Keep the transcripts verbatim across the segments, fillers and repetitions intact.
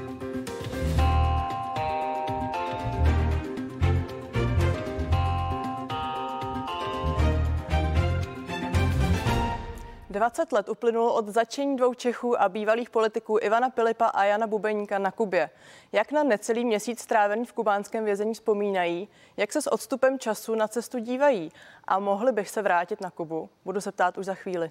dvacet let uplynulo od zatčení dvou Čechů a bývalých politiků Ivana Pilipa a Jana Bubeníka na Kubě. Jak na necelý měsíc strávený v kubánském vězení vzpomínají, jak se s odstupem času na cestu dívají a mohli bych se vrátit na Kubu? Budu se ptát už za chvíli.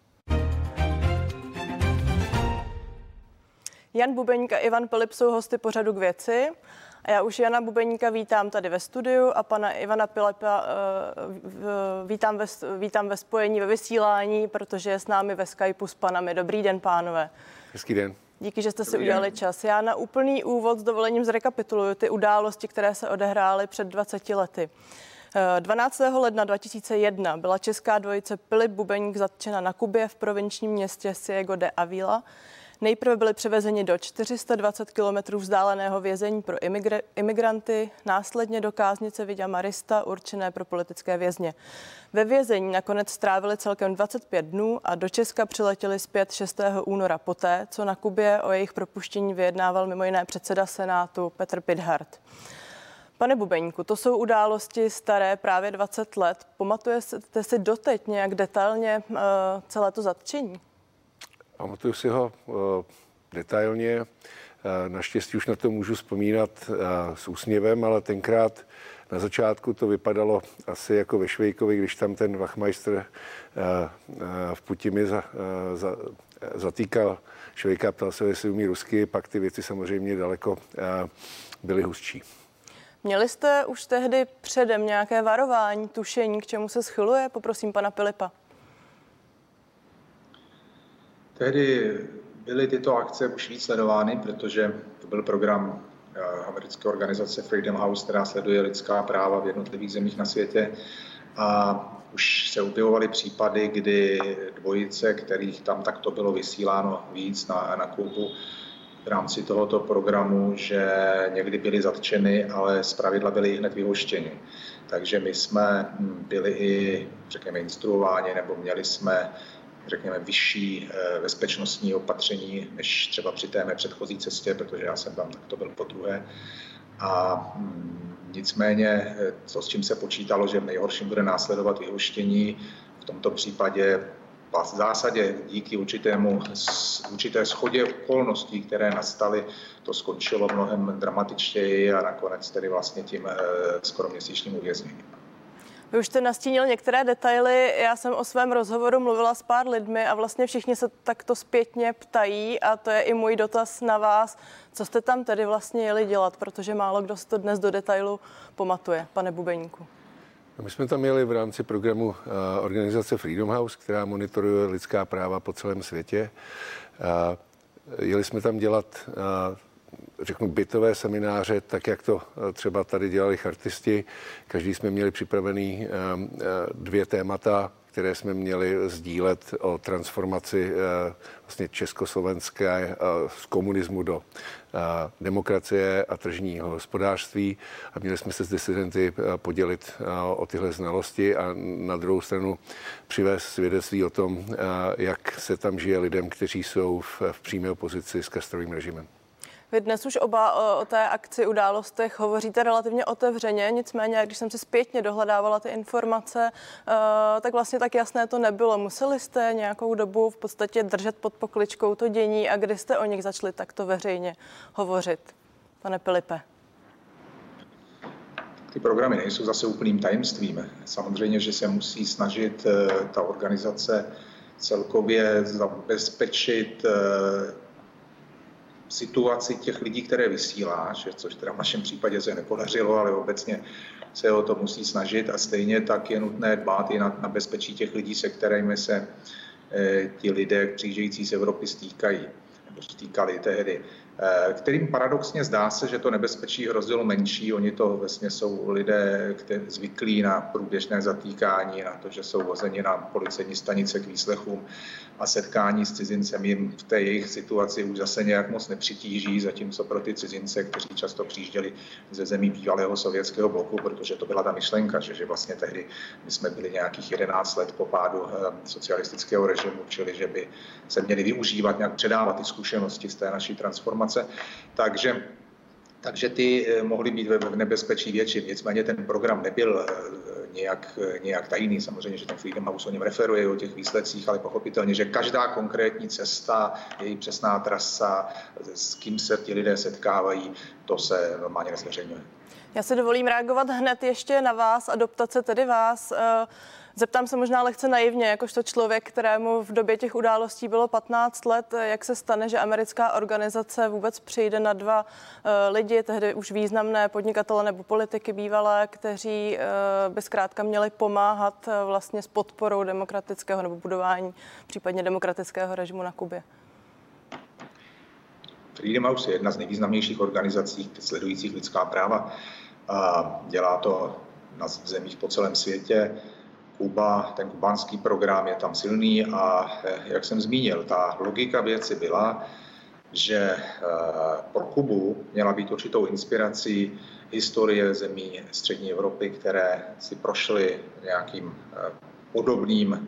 Jan Bubeník a Ivan Pilip jsou hosty pořadu K věci. A já už Jana Bubeníka vítám tady ve studiu a pana Ivana Pilipa uh, vítám, ve, vítám ve spojení, ve vysílání, protože je s námi ve Skypeu s panami. Dobrý den, pánové. Hezký den. Díky, že jste si udělali čas. Já na úplný úvod s dovolením zrekapituluju ty události, které se odehrály před dvaceti lety. dvanáctého ledna dva tisíce jedna byla česká dvojice Pilip Bubeník zatčena na Kubě v provinčním městě Ciego de Ávila. Nejprve byli převezeni do čtyři sta dvacet kilometrů vzdáleného vězení pro imigr- imigranty, následně do káznice Villa Marista, určené pro politické vězně. Ve vězení nakonec strávili celkem dvacet pět dnů a do Česka přiletěli zpět šestého února poté, co na Kubě o jejich propuštění vyjednával mimo jiné předseda Senátu Petr Pithart. Pane Bubeníku, to jsou události staré právě dvacet let. Pamatujete si doteď nějak detailně uh, celé to zatčení? Pamatuju si ho uh, detailně. Uh, naštěstí už na to můžu vzpomínat uh, s úsměvem, ale tenkrát na začátku to vypadalo asi jako ve Švejkovi, když tam ten Wachmeister uh, uh, v Putimi za, uh, za, zatýkal Švejka, ptal se, jestli umí rusky, pak ty věci samozřejmě daleko uh, byly hustší. Měli jste už tehdy předem nějaké varování, tušení, k čemu se schyluje? Poprosím pana Pilipa. Tehdy byly tyto akce už víc sledovány, protože to byl program americké organizace Freedom House, která sleduje lidská práva v jednotlivých zemích na světě. A už se objevovaly případy, kdy dvojice, kterých tam takto bylo vysíláno víc na, na Kubu v rámci tohoto programu, že někdy byli zatčeny, ale zpravidla byli hned vyhoštěni. Takže my jsme byli i, řekněme, instruováni, nebo měli jsme řekněme, vyšší bezpečnostní opatření, než třeba při té mé předchozí cestě, protože já jsem tam takto byl podruhé. A nicméně, to, s čím se počítalo, že v nejhorším bude následovat vyhoštění, v tomto případě v zásadě díky určitému, určité shodě okolností, které nastaly, to skončilo mnohem dramatičtěji a nakonec tedy vlastně tím skoro měsíčním uvězněním. Vy už jste nastínil některé detaily, já jsem o svém rozhovoru mluvila s pár lidmi a vlastně všichni se takto zpětně ptají a to je i můj dotaz na vás. Co jste tam tedy vlastně jeli dělat, protože málo kdo si to dnes do detailu pamatuje, pane Bubeníku. My jsme tam jeli v rámci programu uh, organizace Freedom House, která monitoruje lidská práva po celém světě. Uh, jeli jsme tam dělat uh, řeknu, bytové semináře, tak jak to třeba tady dělali chartisti. Každý jsme měli připravený dvě témata, které jsme měli sdílet o transformaci vlastně československé z komunismu do demokracie a tržního hospodářství a měli jsme se s disidenty podělit o tyhle znalosti a na druhou stranu přivést svědectví o tom, jak se tam žije lidem, kteří jsou v, v přímé opozici s Castrovým režimem. Vy dnes už oba o, o té akci, událostech hovoříte relativně otevřeně, nicméně, když jsem si zpětně dohledávala ty informace, uh, tak vlastně tak jasné to nebylo. Museli jste nějakou dobu v podstatě držet pod pokličkou to dění a kdy jste o nich začali takto veřejně hovořit, pane Pilipe? Ty programy nejsou zase úplným tajemstvím. Samozřejmě, že se musí snažit uh, ta organizace celkově zabezpečit uh, situaci těch lidí, které vysílá, což teda v našem případě se nepodařilo, ale obecně se o to musí snažit a stejně tak je nutné dbát i na, na bezpečí těch lidí, se kterými se e, ti lidé přijíždějící z Evropy stýkají, nebo stýkali tehdy, e, kterým paradoxně zdá se, že to nebezpečí hrozilo menší. Oni to vlastně jsou lidé, kteří zvyklí na průběžné zatýkání, na to, že jsou vozeni na policejní stanice k výslechům a setkání s cizincem jim v té jejich situaci už zase nějak moc nepřitíží, zatímco pro ty cizince, kteří často přijížděli ze zemí bývalého sovětského bloku, protože to byla ta myšlenka, že, že vlastně tehdy my jsme byli nějakých jedenáct let po pádu socialistického režimu, čili že by se měli využívat, nějak předávat ty zkušenosti z té naší transformace informace, takže Takže ty mohly být v nebezpečí větším. Nicméně ten program nebyl nějak, nějak tajný. Samozřejmě, že ten Freedom House o něm referuje, o těch výsledcích, ale pochopitelně, že každá konkrétní cesta, její přesná trasa, s kým se ti lidé setkávají, to se normálně nezveřejňuje. Já se dovolím reagovat hned ještě na vás a doptat se tedy vás. Zeptám se možná lehce naivně, jakožto člověk, kterému v době těch událostí bylo patnáct let, jak se stane, že americká organizace vůbec přijde na dva lidi, tehdy už významné podnikatele nebo politiky bývalé, kteří by zkrátka měli pomáhat vlastně s podporou demokratického nebo budování případně demokratického režimu na Kubě. Freedom House je jedna z nejvýznamnějších organizací sledujících lidská práva. A dělá to na zemích po celém světě. Kuba, ten kubánský program je tam silný a jak jsem zmínil, ta logika věci byla, že pro Kubu měla být určitou inspirací historie zemí střední Evropy, které si prošly nějakým podobným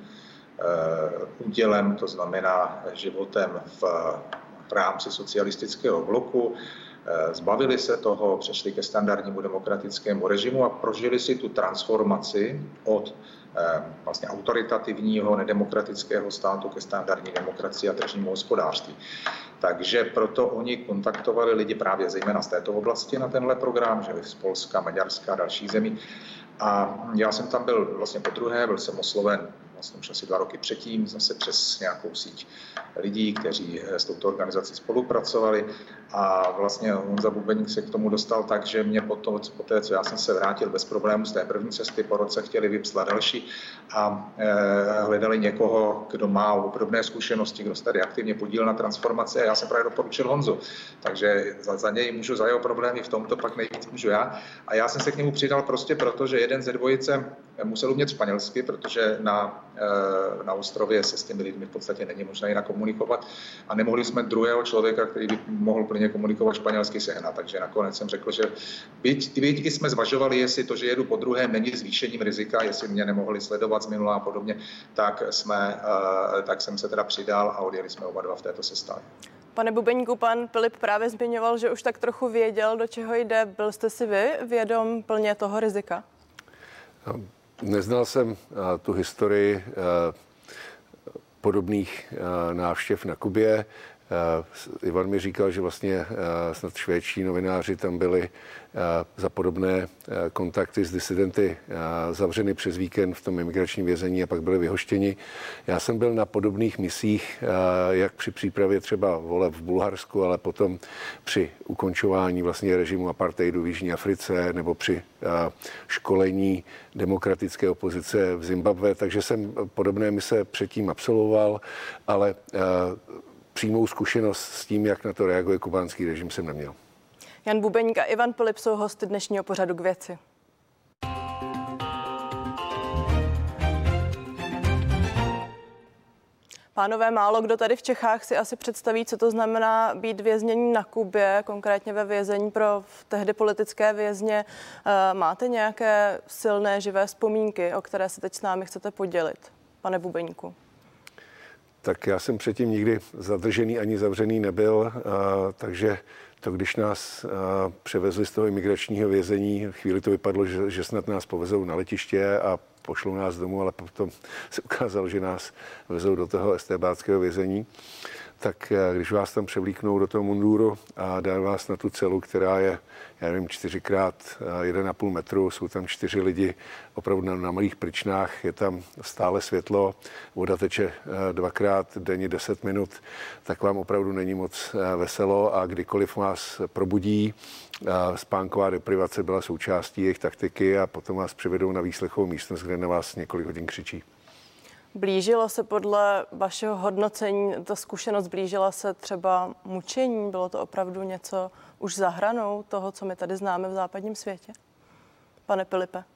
údělem, to znamená životem v rámci socialistického bloku, zbavili se toho, přešli ke standardnímu demokratickému režimu a prožili si tu transformaci od vlastně autoritativního, nedemokratického státu ke standardní demokracii a tržnímu hospodářství. Takže proto oni kontaktovali lidi právě zejména z této oblasti na tenhle program, že z Polska, Maďarska a dalších zemí. A já jsem tam byl vlastně podruhé, byl jsem osloven vlastně už asi dva roky předtím, zase přes nějakou síť lidí, kteří s touto organizací spolupracovali. A vlastně Honza Bubeník se k tomu dostal tak, že mě potom, po té, co já jsem se vrátil bez problémů z té první cesty, po roce chtěli vypsat další a e, hledali někoho, kdo má obdobné zkušenosti, kdo se tady aktivně podílel na transformaci. A já jsem právě doporučil Honzu. Takže za, za něj můžu, za jeho problémy v tomto pak nejvíc můžu já. A já jsem se k němu přidal prostě proto, že jeden ze dvojice musel umět španělsky, protože na, na ostrově se s těmi lidmi v podstatě není možné jinak komunikovat a nemohli jsme druhého člověka, který by mohl plně komunikovat španělsky, sehnat. Takže nakonec jsem řekl, že byť, byť jsme zvažovali, jestli to, že jedu po druhém, není zvýšením rizika, jestli mě nemohli sledovat z minula a podobně, tak, jsme, tak jsem se teda přidal a odjeli jsme oba dva v této sestavě. Pane Bubeníku, pan Pilip právě zmiňoval, že už tak trochu věděl, do čeho jde. Byl jste si vy vědom plně toho rizika? Neznal jsem tu historii podobných návštěv na Kubě. Ivan mi říkal, že vlastně snad švédští novináři tam byli za podobné kontakty s disidenty zavřeny přes víkend v tom imigračním vězení a pak byli vyhoštěni. Já jsem byl na podobných misích, jak při přípravě třeba voleb v Bulharsku, ale potom při ukončování vlastně režimu apartheidu v Jižní Africe nebo při školení demokratické opozice v Zimbabwe, takže jsem podobné mise předtím absolvoval, ale přímou zkušenost s tím, jak na to reaguje kubánský režim, jsem neměl. Jan Bubeník a Ivan Pilip jsou hosty dnešního pořadu K věci. Pánové, málo kdo tady v Čechách si asi představí, co to znamená být věznění na Kubě, konkrétně ve vězení pro tehdy politické vězně. Máte nějaké silné, živé vzpomínky, o které se teď s námi chcete podělit, pane Bubeníku? Tak já jsem předtím nikdy zadržený ani zavřený nebyl, takže to, když nás převezli z toho imigračního vězení, chvíli to vypadlo, že, že snad nás povezou na letiště a pošlou nás domů, ale potom se ukázalo, že nás vezou do toho estébáckého vězení. Tak když vás tam převlíknou do toho munduru a dá vás na tu celu, která je, já nevím, čtyřikrát jeden a půl metru, jsou tam čtyři lidi opravdu na, na malých pryčnách, je tam stále světlo, voda teče dvakrát denně deset minut, tak vám opravdu není moc veselo a kdykoliv vás probudí, spánková deprivace byla součástí jejich taktiky a potom vás přivedou na výslechovou místnost, kde na vás několik hodin křičí. Blížilo se podle vašeho hodnocení, ta zkušenost blížila se třeba mučení? Bylo to opravdu něco už za hranou toho, co my tady známe v západním světě? Pane Pilipe.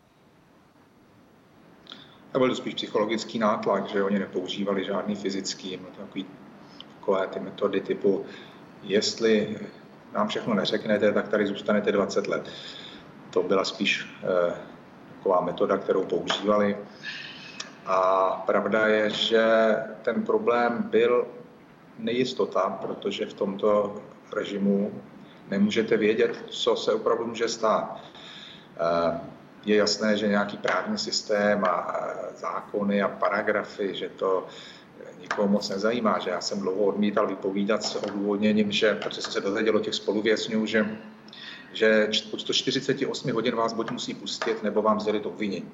To byl spíš psychologický nátlak, že oni nepoužívali žádný fyzický, takový, takové ty metody typu, jestli nám všechno neřeknete, tak tady zůstanete dvacet let. To byla spíš eh, taková metoda, kterou používali. A pravda je, že ten problém byl nejistota, protože v tomto režimu nemůžete vědět, co se opravdu může stát. Je jasné, že nějaký právní systém a zákony a paragrafy, že to nikoho moc nezajímá, že já jsem dlouho odmítal vypovídat s odůvodněním, že, protože jsem se dozvěděl od těch spoluvězňů, že, že po sto čtyřiceti osmi hodin vás buď musí pustit, nebo vám sdělit obvinění.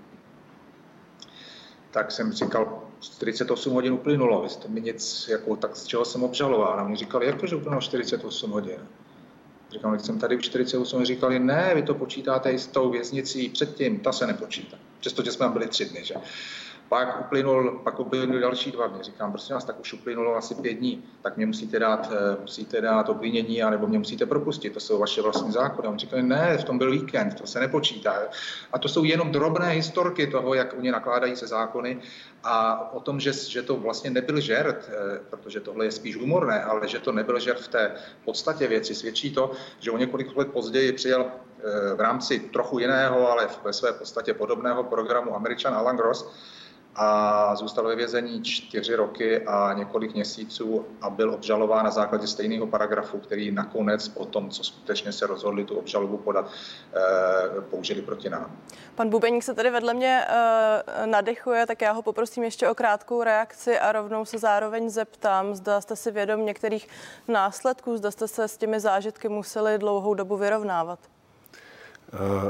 Tak jsem říkal, čtyřicet osm hodin uplynulo, vy jste mi nic, jako, tak z čeho jsem obžaloval. A oni říkali, jak to, že uplynulo čtyřicet osm hodin? Říkám, když jsem tady už čtyřicet osm, říkali, ne, vy to počítáte i s tou věznicí předtím, ta se nepočítá. Přestože jsme tam byli tři dny, že? Pak uplynul, pak uplynul další dva dny. Říkám, prosím vás, tak už uplynulo asi pět dní, tak mě musíte dát, musíte dát obvinění, anebo mě musíte propustit, to jsou vaše vlastní zákony. On říkal, ne, v tom byl víkend, to se nepočítá. A to jsou jenom drobné historky toho, jak oni nakládají se zákony a o tom, že, že to vlastně nebyl žert, protože tohle je spíš humorné, ale že to nebyl žert v té podstatě věci, svědčí to, že o několik let později přijel v rámci trochu jiného, ale ve své podstatě podobného programu Američan Alan Gross, a zůstal ve vězení čtyři roky a několik měsíců a byl obžalován na základě stejného paragrafu, který nakonec po tom, co skutečně se rozhodli tu obžalobu podat, eh, použili proti nám. Pan Bubeník se tady vedle mě eh, nadechuje, tak já ho poprosím ještě o krátkou reakci a rovnou se zároveň zeptám, zda jste si vědom některých následků, zda jste se s těmi zážitky museli dlouhou dobu vyrovnávat. Uh...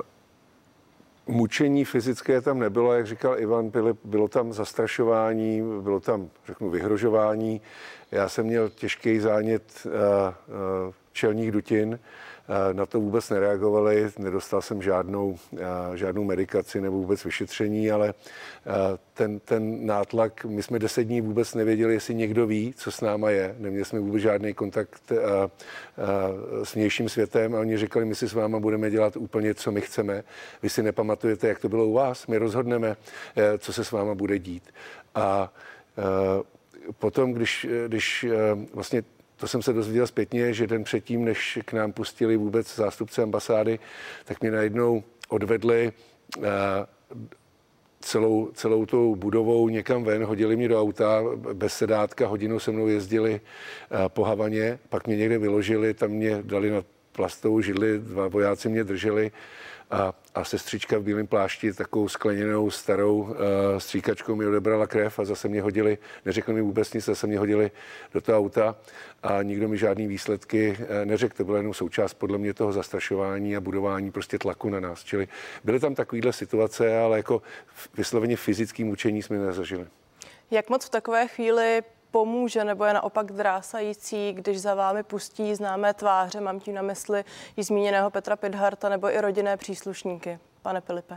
Mučení fyzické tam nebylo, jak říkal Ivan, bylo, bylo tam zastrašování, bylo tam, řeknu, vyhrožování. Já jsem měl těžký zánět uh, uh, čelních dutin, uh, na to vůbec nereagovali, nedostal jsem žádnou, uh, žádnou medikaci nebo vůbec vyšetření, ale uh, ten, ten nátlak, my jsme deset dní vůbec nevěděli, jestli někdo ví, co s náma je. Neměli jsme vůbec žádný kontakt uh, uh, s vnějším světem a oni říkali, my si s váma budeme dělat úplně, co my chceme. Vy si nepamatujete, jak to bylo u vás, my rozhodneme, uh, co se s váma bude dít. A uh, potom, když, když uh, vlastně to jsem se dozvěděl zpětně, že den předtím, než k nám pustili vůbec zástupce ambasády, tak mě najednou odvedli uh, celou, celou tou budovou někam ven, hodili mě do auta, bez sedátka, hodinu se mnou jezdili uh, po Havaně, pak mě někde vyložili, tam mě dali na plastovou židli, dva vojáci mě drželi a, a sestřička v bílém plášti takovou skleněnou starou uh, stříkačkou mi odebrala krev a zase mě hodili, neřekli mi vůbec nic, zase mě hodili do toho auta a nikdo mi žádný výsledky uh, neřekl. To byla jenom součást podle mě toho zastrašování a budování prostě tlaku na nás. Čili byly tam takovéhle situace, ale jako vysloveně fyzický mučení jsme nezažili. Jak moc v takové chvíli pomůže nebo je naopak drásající, když za vámi pustí známé tváře, mám tím na mysli již zmíněného Petra Pithardta nebo i rodinné příslušníky? Pane Pilipe.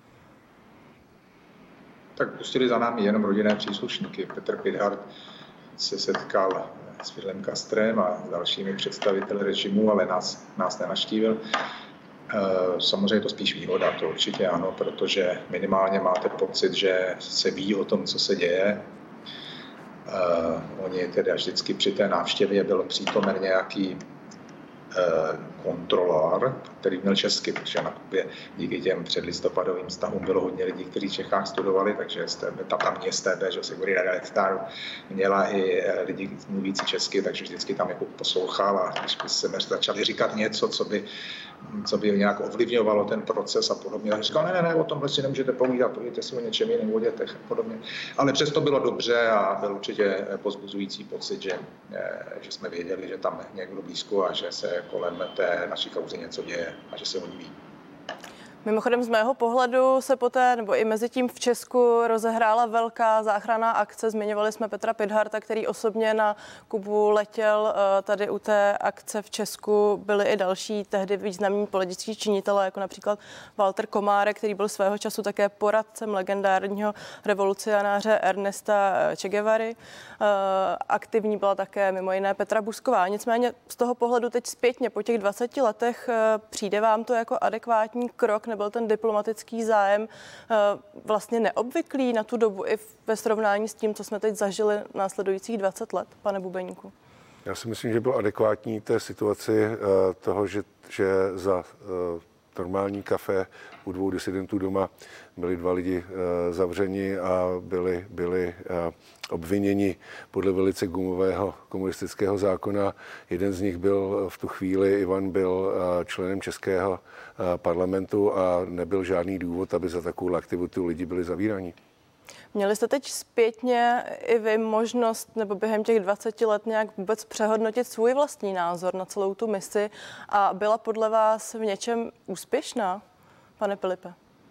Tak pustili za námi jenom rodinné příslušníky. Petr Pithardt se setkal s Fidelem Castrem a s dalšími představiteli režimu, ale nás, nás nenavštívil. Samozřejmě je to spíš výhoda, to určitě ano, protože minimálně máte pocit, že se ví o tom, co se děje. Uh, oni tedy až vždycky při té návštěvě byl přítomen nějaký uh, kontrolor, který měl česky, protože na Kubě díky těm předlistopadovým vztahům bylo hodně lidí, kteří v Čechách studovali, takže ta tamní S T B, že Seguridad del Estado, měla i lidi mluvící česky, takže vždycky tam jako poslouchal a když by se začali říkat něco, co by, co by nějak ovlivňovalo ten proces a podobně, tak říkal, ne, ne, ne, o tomhle si nemůžete povídat, povídejte si o něčem jiném, o dětech a podobně. Ale přesto bylo dobře a byl určitě pozbuzující pocit, že, že jsme věděli, že tam někdo blízko a že se kolem té naší kauzy něco děje a že se o ní ví. Mimochodem z mého pohledu se poté, nebo i mezi tím v Česku rozehrála velká záchranná akce. Zmiňovali jsme Petra Pithardta, který osobně na Kubu letěl. Tady u té akce v Česku byli i další tehdy významní političtí činitelé, jako například Walter Komárek, který byl svého času také poradcem legendárního revolucionáře Ernesta Che Guevary. Aktivní byla také mimo jiné Petra Busková. Nicméně z toho pohledu teď zpětně po těch dvaceti letech přijde vám to jako adekvátní krok, nebyl ten diplomatický zájem vlastně neobvyklý na tu dobu i ve srovnání s tím, co jsme teď zažili následujících dvacet let, pane Bubeníku? Já si myslím, že byl adekvátní té situaci toho, že, že za normální kafe u dvou disidentů doma. Byli dva lidi zavřeni a byli, byli obviněni podle velice gumového komunistického zákona. Jeden z nich byl v tu chvíli, Ivan byl členem českého parlamentu a nebyl žádný důvod, aby za takovou aktivitu lidi byli zavíraní. Měli jste teď zpětně i vy možnost nebo během těch dvaceti let nějak vůbec přehodnotit svůj vlastní názor na celou tu misi a byla podle vás v něčem úspěšná, pane Pilipe?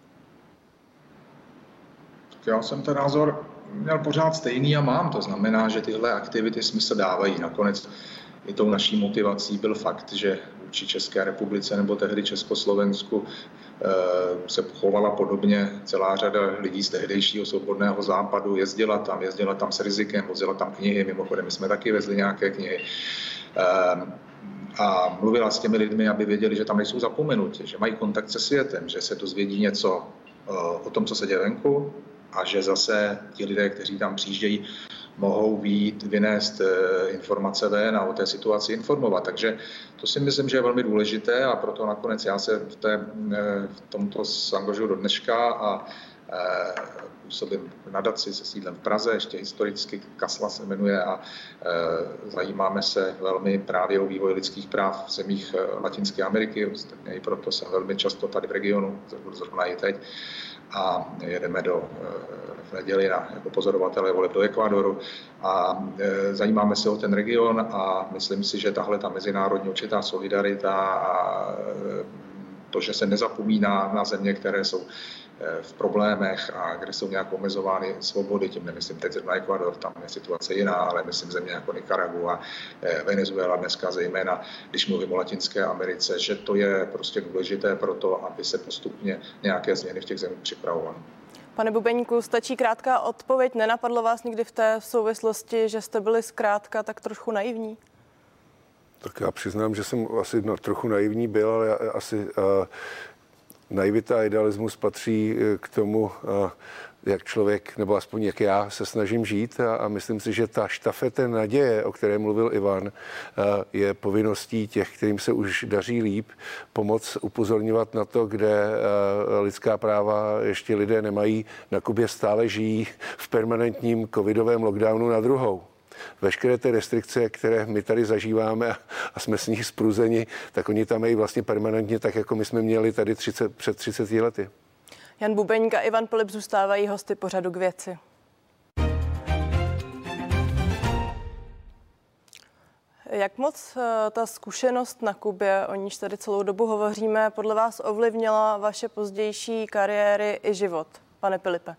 Já jsem ten názor měl pořád stejný a mám. To znamená, že tyhle aktivity smysl dávají. Nakonec i tou naší motivací byl fakt, že vůči České republice nebo tehdy Československu se chovala podobně celá řada lidí z tehdejšího svobodného západu. Jezdila tam, jezdila tam s rizikem, vozila tam knihy, mimochodem my jsme taky vezli nějaké knihy. A mluvila s těmi lidmi, aby věděli, že tam nejsou zapomenuti, že mají kontakt se světem, že se dozvědí něco o tom, co se děje venku, a že zase ti lidé, kteří tam přijíždějí, mohou vyjít, vynést informace ven a o té situaci informovat. Takže to si myslím, že je velmi důležité a proto nakonec já se v, té, v tomto angažuji do dneška a působím v nadaci se sídlem v Praze, ještě historicky Kasla se jmenuje a zajímáme se velmi právě o vývoj lidských práv v zemích Latinské Ameriky, i proto jsem velmi často tady v regionu, zrovna i teď. A jedeme do, v neděli na, jako pozorovatele voleb do Ekvádoru a e, zajímáme se o ten region a myslím si, že tahle ta mezinárodní určitá solidarita a e, to, že se nezapomíná na země, které jsou e, v problémech a kde jsou nějak omezovány svobody, tím nemyslím teď zrovna Ekvádor, tam je situace jiná, ale myslím země jako Nikaragua, e, Venezuela dneska zejména, když mluvím o Latinské Americe, že to je prostě důležité pro to, aby se postupně nějaké změny v těch zemích připravovaly. Pane Bubeníku, stačí krátká odpověď. Nenapadlo vás nikdy v té souvislosti, že jste byli zkrátka tak trochu naivní? Tak já přiznám, že jsem asi no, trochu naivní byl, ale já, asi uh, naivita a idealismus patří k tomu, uh, jak člověk, nebo aspoň jak já se snažím žít a, a myslím si, že ta štafeta naděje, o které mluvil Ivan, uh, je povinností těch, kterým se už daří líp, pomoc upozorňovat na to, kde uh, lidská práva ještě lidé nemají. Na Kubě stále žijí v permanentním covidovém lockdownu na druhou. Veškeré ty restrikce, které my tady zažíváme a jsme s nich spruzeni, tak oni tam mají vlastně permanentně, tak jako my jsme měli tady třicet, před třiceti lety. Jan Bubeník a Ivan Pilip zůstávají hosty pořadu K věci. Jak moc ta zkušenost na Kubě, o níž tady celou dobu hovoříme, podle vás ovlivnila vaše pozdější kariéry i život, pane Pilipe?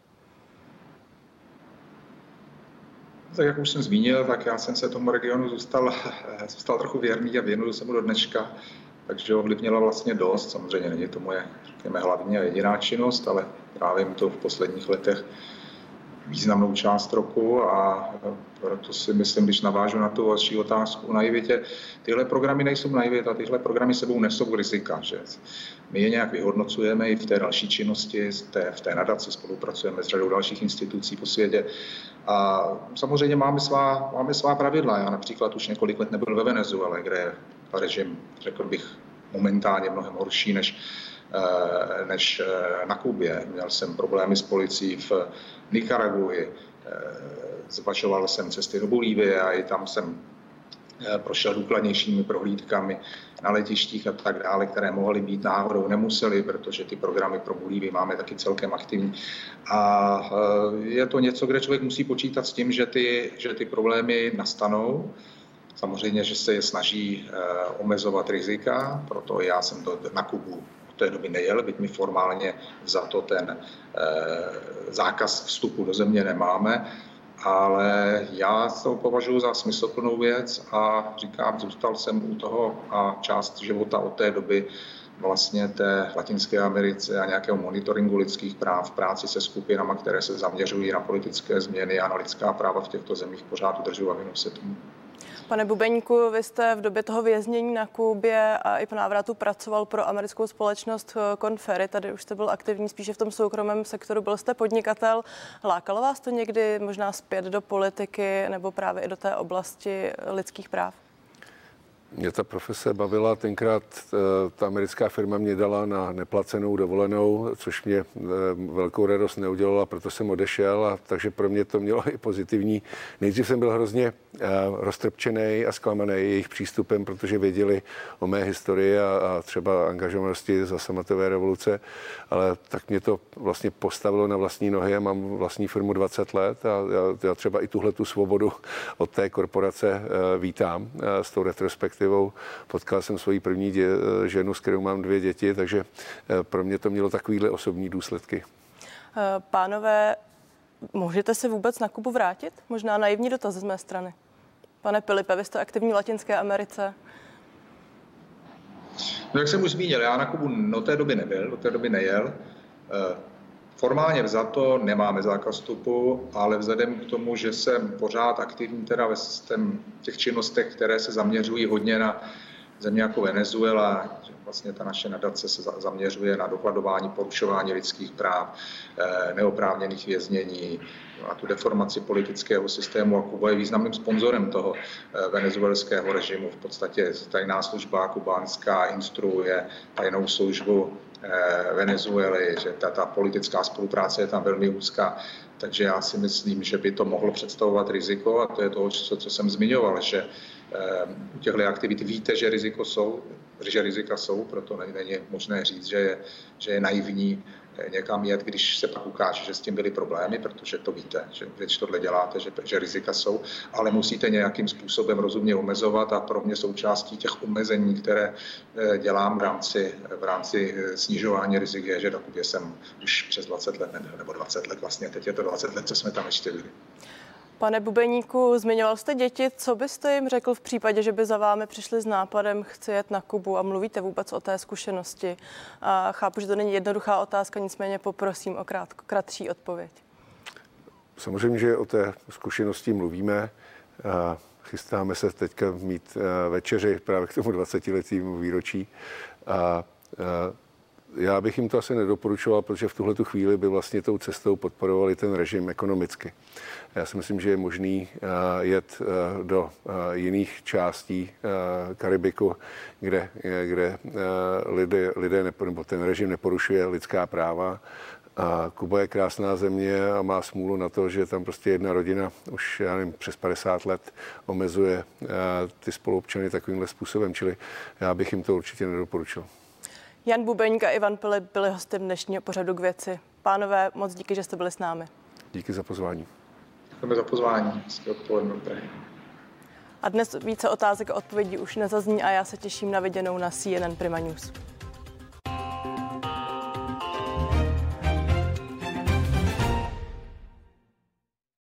Tak jak už jsem zmínil, tak já jsem se tomu regionu zůstal, zůstal trochu věrný a věnuju se mu do dneška, takže ovlivnila vlastně dost. Samozřejmě není to moje, řekněme, hlavní a jediná činnost, ale právě mi to v posledních letech významnou část roku a proto si myslím, když navážu na tu vaši otázku o naivitě, tyhle programy nejsou naivita, tyhle programy sebou nesou rizika, že my je nějak vyhodnocujeme i v té další činnosti, v té, v té nadaci spolupracujeme s řadou dalších institucí po světě a samozřejmě máme svá, máme svá pravidla. Já například už několik let nebyl ve Venezuele, kde je režim, řekl bych, momentálně mnohem horší než než na Kubě. Měl jsem problémy s policií v Nikaraguji, zvažoval jsem cesty do Bolívie a i tam jsem prošel důkladnějšími prohlídkami na letištích a tak dále, které mohly být náhodou, nemusely, protože ty programy pro Bolívii máme taky celkem aktivní. A je to něco, kde člověk musí počítat s tím, že ty, že ty problémy nastanou. Samozřejmě, že se je snaží omezovat rizika, proto já jsem to na Kubu v té doby nejel, byť mi formálně za to ten e, zákaz vstupu do země nemáme, ale já to považuji za smysluplnou věc a říkám, zůstal jsem u toho a část života od té doby vlastně té Latinské Americe a nějakého monitoringu lidských práv, práci se skupinama, které se zaměřují na politické změny a na lidská práva v těchto zemích, pořád udržuji a věnuji se tomu. Pane Bubeníku, vy jste v době toho věznění na Kubě a i po návratu pracoval pro americkou společnost Conferry. Tady už jste byl aktivní spíše v tom soukromém sektoru, byl jste podnikatel. Lákalo vás to někdy možná zpět do politiky nebo právě i do té oblasti lidských práv? Mě ta profese bavila, tenkrát ta americká firma mě dala na neplacenou dovolenou, což mě velkou radost neudělala, proto jsem odešel, a takže pro mě to mělo i pozitivní. Nejdřív jsem byl hrozně roztrpčený a zklamaný jejich přístupem, protože věděli o mé historii a, a třeba angažovanosti za sametové revoluce, ale tak mě to vlastně postavilo na vlastní nohy a mám vlastní firmu dvacet let a já, já třeba i tuhle tu svobodu od té korporace vítám s tou retrospektivou. Potkal jsem svoji první dě, ženu, s kterou mám dvě děti, takže pro mě to mělo takovýhle osobní důsledky. Pánové, můžete se vůbec na Kubu vrátit? Možná naivní dotaz z mé strany. Pane Pilipe, vy jste aktivní v Latinské Americe. No, jak jsem už zmínil, já na Kubu do té doby nebyl, do té doby nejel. Formálně vzato nemáme zákaz vstupu, ale vzhledem k tomu, že jsem pořád aktivní teda ve těch činnostech, které se zaměřují hodně na země jako Venezuela, vlastně ta naše nadace se zaměřuje na dokladování porušování lidských práv, neoprávněných věznění, na tu deformaci politického systému, a Kuba je významným sponzorem toho venezuelského režimu. V podstatě tajná služba kubánská instruuje tajnou službu Venezuely, že ta, ta politická spolupráce je tam velmi úzká. Takže já si myslím, že by to mohlo představovat riziko, a to je to, co, co jsem zmiňoval, že u těchto aktivit víte, že riziko jsou, že rizika jsou, proto není možné říct, že je, že je naivní někam jet, když se pak ukáže, že s tím byly problémy, protože to víte, že když tohle děláte, že, že rizika jsou, ale musíte nějakým způsobem rozumně omezovat, a pro mě součástí těch omezení, které dělám v rámci, v rámci snižování rizik, je, že do Kubě jsem už přes dvacet let nebyl, nebo dvacet let vlastně, teď je to dvacet let, co jsme tam ještě byli. Pane Bubeníku, zmiňoval jste děti, co byste jim řekl v případě, že by za vámi přišli s nápadem chci jet na Kubu, a mluvíte vůbec o té zkušenosti? A chápu, že to není jednoduchá otázka, nicméně poprosím o krát, kratší odpověď. Samozřejmě, že o té zkušenosti mluvíme. Chystáme se teďka mít večeři právě k tomu dvacetiletému výročí. A já bych jim to asi nedoporučoval, protože v tuhle tu chvíli by vlastně tou cestou podporovali ten režim ekonomicky. Já si myslím, že je možný jet do jiných částí Karibiku, kde, kde lidé, lidé nebo ten režim neporušuje lidská práva. A Kuba je krásná země a má smůlu na to, že tam prostě jedna rodina už, já nevím, přes padesát let omezuje ty spoluobčany takovýmhle způsobem, čili já bych jim to určitě nedoporučil. Jan Bubeník a Ivan Pilip byli hostem dnešního pořadu K věci. Pánové, moc díky, že jste byli s námi. Díky za pozvání. Děkujeme za pozvání. Hezké odpoledne. A dnes více otázek a odpovědí už nezazní a já se těším na viděnou na C N N Prima News.